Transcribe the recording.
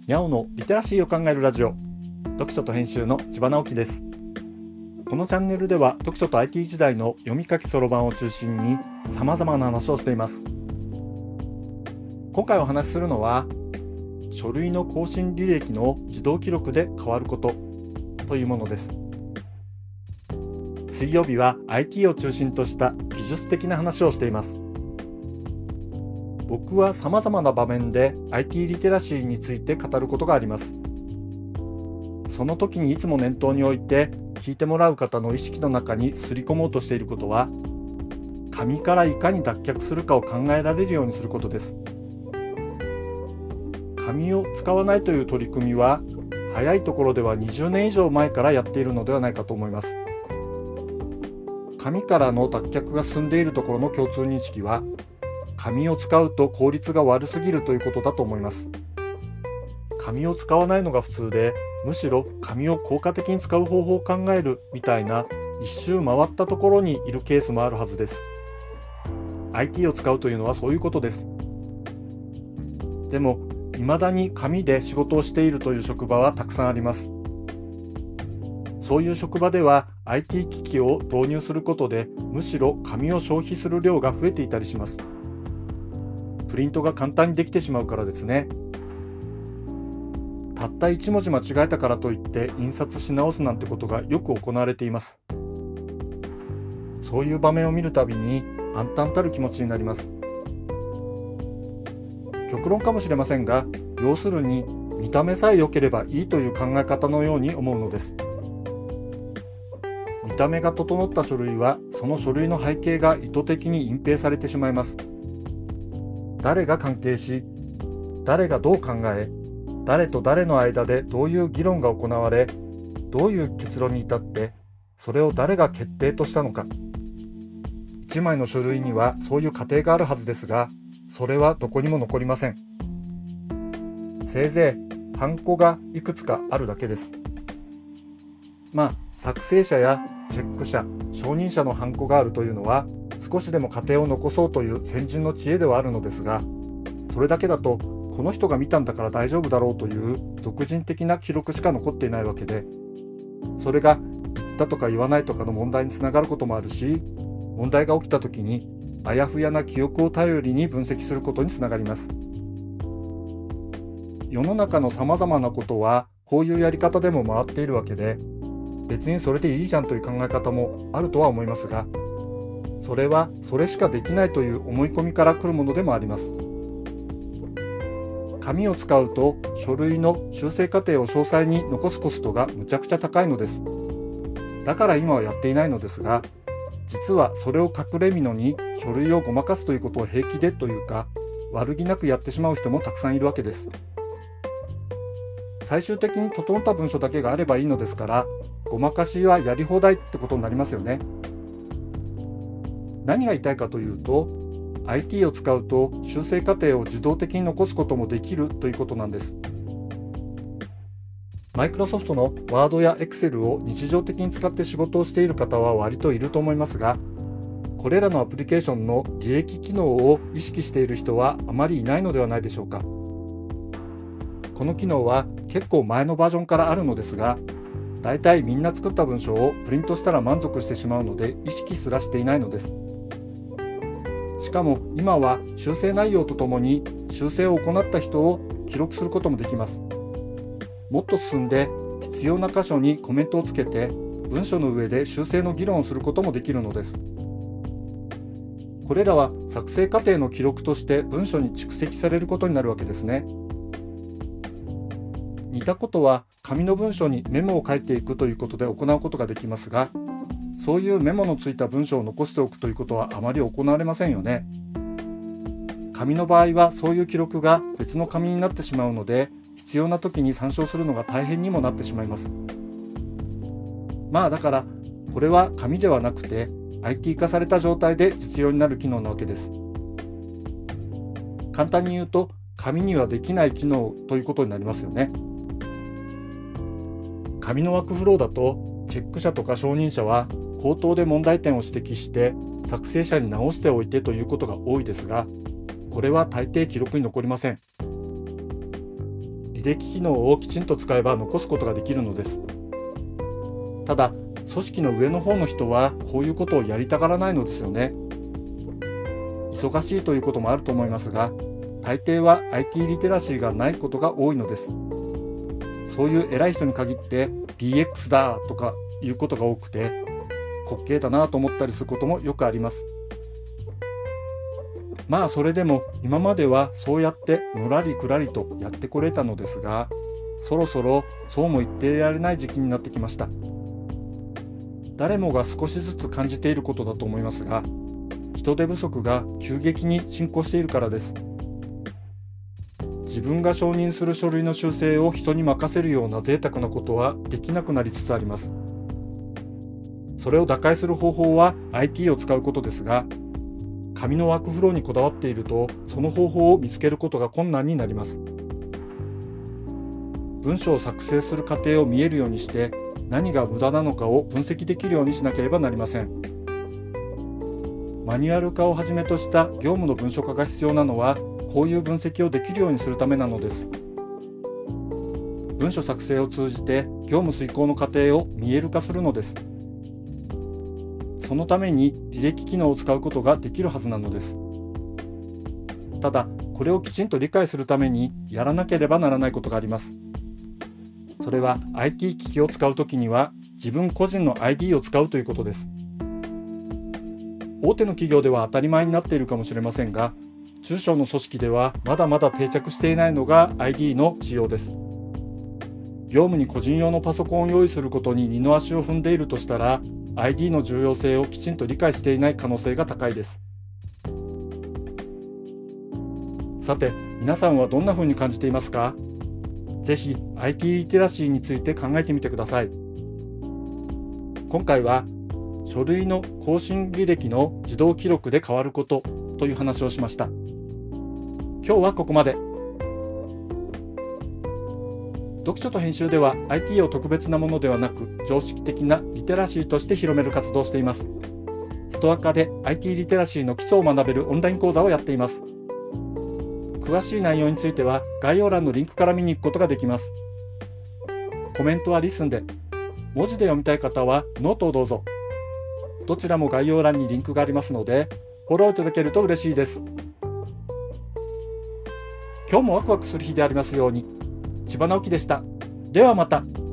にゃおのリテラシーを考えるラジオ、読書と編集の千葉直樹です。このチャンネルでは読書と IT 時代の読み書きそろばんを中心に様々な話をしています。今回お話しするのは、書類の更新履歴の自動記録で変わることというものです。水曜日は IT を中心とした技術的な話をしています。僕は様々な場面で IT リテラシーについて語ることがあります。その時にいつも念頭に置いて聞いてもらう方の意識の中にすり込もうとしていることは、紙からいかに脱却するかを考えられるようにすることです。紙を使わないという取り組みは早いところでは20年以上前からやっているのではないかと思います。紙からの脱却が進んでいるところの共通認識は、紙を使うと効率が悪すぎるということだと思います。紙を使わないのが普通で、むしろ紙を効果的に使う方法を考えるみたいな一周回ったところにいるケースもあるはずです。IT を使うというのはそういうことです。でも、未だに紙で仕事をしているという職場はたくさんあります。そういう職場では IT 機器を導入することで、むしろ紙を消費する量が増えていたりします。プリントが簡単にできてしまうからですね。たった1文字間違えたからといって印刷し直すなんてことがよく行われています。そういう場面を見るたびに暗淡たる気持ちになります。極論かもしれませんが、要するに見た目さえ良ければいいという考え方のように思うのです。見た目が整った書類は、その書類の背景が意図的に隠蔽されてしまいます。誰が関係し、誰がどう考え、誰と誰の間でどういう議論が行われ、どういう結論に至って、それを誰が決定としたのか。一枚の書類にはそういう過程があるはずですが、それはどこにも残りません。せいぜいハンコがいくつかあるだけです。作成者やチェック者、承認者のハンコがあるというのは、少しでも過程を残そうという先人の知恵ではあるのですが、それだけだとこの人が見たんだから大丈夫だろうという俗人的な記録しか残っていないわけで、それが言ったとか言わないとかの問題につながることもあるし、問題が起きた時にあやふやな記憶を頼りに分析することにつながります。世の中のさまざまなことはこういうやり方でも回っているわけで、別にそれでいいじゃんという考え方もあるとは思いますが、それはそれしかできないという思い込みから来るものでもあります。紙を使うと書類の修正過程を詳細に残すコストがむちゃくちゃ高いのです。だから今はやっていないのですが、実はそれを隠れ蓑に書類をごまかすということを平気でというか、悪気なくやってしまう人もたくさんいるわけです。最終的に整った文書だけがあればいいのですから、ごまかしはやり放題ってことになりますよね。何が言いたいかというと、IT を使うと修正過程を自動的に残すこともできるということなんです。マイクロソフトの Word や Excel を日常的に使って仕事をしている方は割といると思いますが、これらのアプリケーションの履歴機能を意識している人はあまりいないのではないでしょうか。この機能は結構前のバージョンからあるのですが、だいたいみんな作った文章をプリントしたら満足してしまうので意識すらしていないのです。しかも今は修正内容とともに修正を行った人を記録することもできます。もっと進んで必要な箇所にコメントをつけて文書の上で修正の議論をすることもできるのです。これらは作成過程の記録として文書に蓄積されることになるわけですね。似たことは紙の文書にメモを書いていくということで行うことができますが、そういうメモのついた文章を残しておくということはあまり行われませんよね。紙の場合はそういう記録が別の紙になってしまうので、必要な時に参照するのが大変にもなってしまいます。だからこれは紙ではなくて IT 化された状態で実用になる機能なわけです。簡単に言うと、紙にはできない機能ということになりますよね。紙のワークフローだと、チェック者とか承認者は口頭で問題点を指摘して作成者に直しておいてということが多いですが、これは大抵記録に残りません。履歴機能をきちんと使えば残すことができるのです。ただ、組織の上の方の人はこういうことをやりたがらないのですよね。忙しいということもあると思いますが、大抵は IT リテラシーがないことが多いのです。そういう偉い人に限って DX だとかいうことが多くて、滑稽だなと思ったりすることもよくあります。まあそれでも今まではそうやってのらりくらりとやってこれたのですが、そろそろそうも言っていられない時期になってきました。誰もが少しずつ感じていることだと思いますが、人手不足が急激に進行しているからです。自分が承認する書類の修正を人に任せるような贅沢なことはできなくなりつつあります。それを打開する方法は IT を使うことですが、紙のワークフローにこだわっていると、その方法を見つけることが困難になります。文章を作成する過程を見えるようにして、何が無駄なのかを分析できるようにしなければなりません。マニュアル化をはじめとした業務の文書化が必要なのは、こういう分析をできるようにするためなのです。文書作成を通じて業務遂行の過程を見える化するのです。そのために履歴機能を使うことができるはずなのです。ただ、これをきちんと理解するためにやらなければならないことがあります。それは IT 機器を使うときには自分個人の ID を使うということです。大手の企業では当たり前になっているかもしれませんが、中小の組織ではまだまだ定着していないのが ID の使用です。業務に個人用のパソコンを用意することに二の足を踏んでいるとしたら、ID の重要性をきちんと理解していない可能性が高いです。さて、皆さんはどんなふうに感じていますか？ぜひ IT リテラシーについて考えてみてください。今回は書類の更新履歴の自動記録で変わることという話をしました。今日はここまで。読書と編集では IT を特別なものではなく常識的なリテラシーとして広める活動をしています。ストア化で IT リテラシーの基礎を学べるオンライン講座をやっています。詳しい内容については概要欄のリンクから見に行くことができます。コメントはリスンで、文字で読みたい方はノートをどうぞ。どちらも概要欄にリンクがありますので、フォローいただけると嬉しいです。今日もワクワクする日でありますように。千葉直樹でした。ではまた。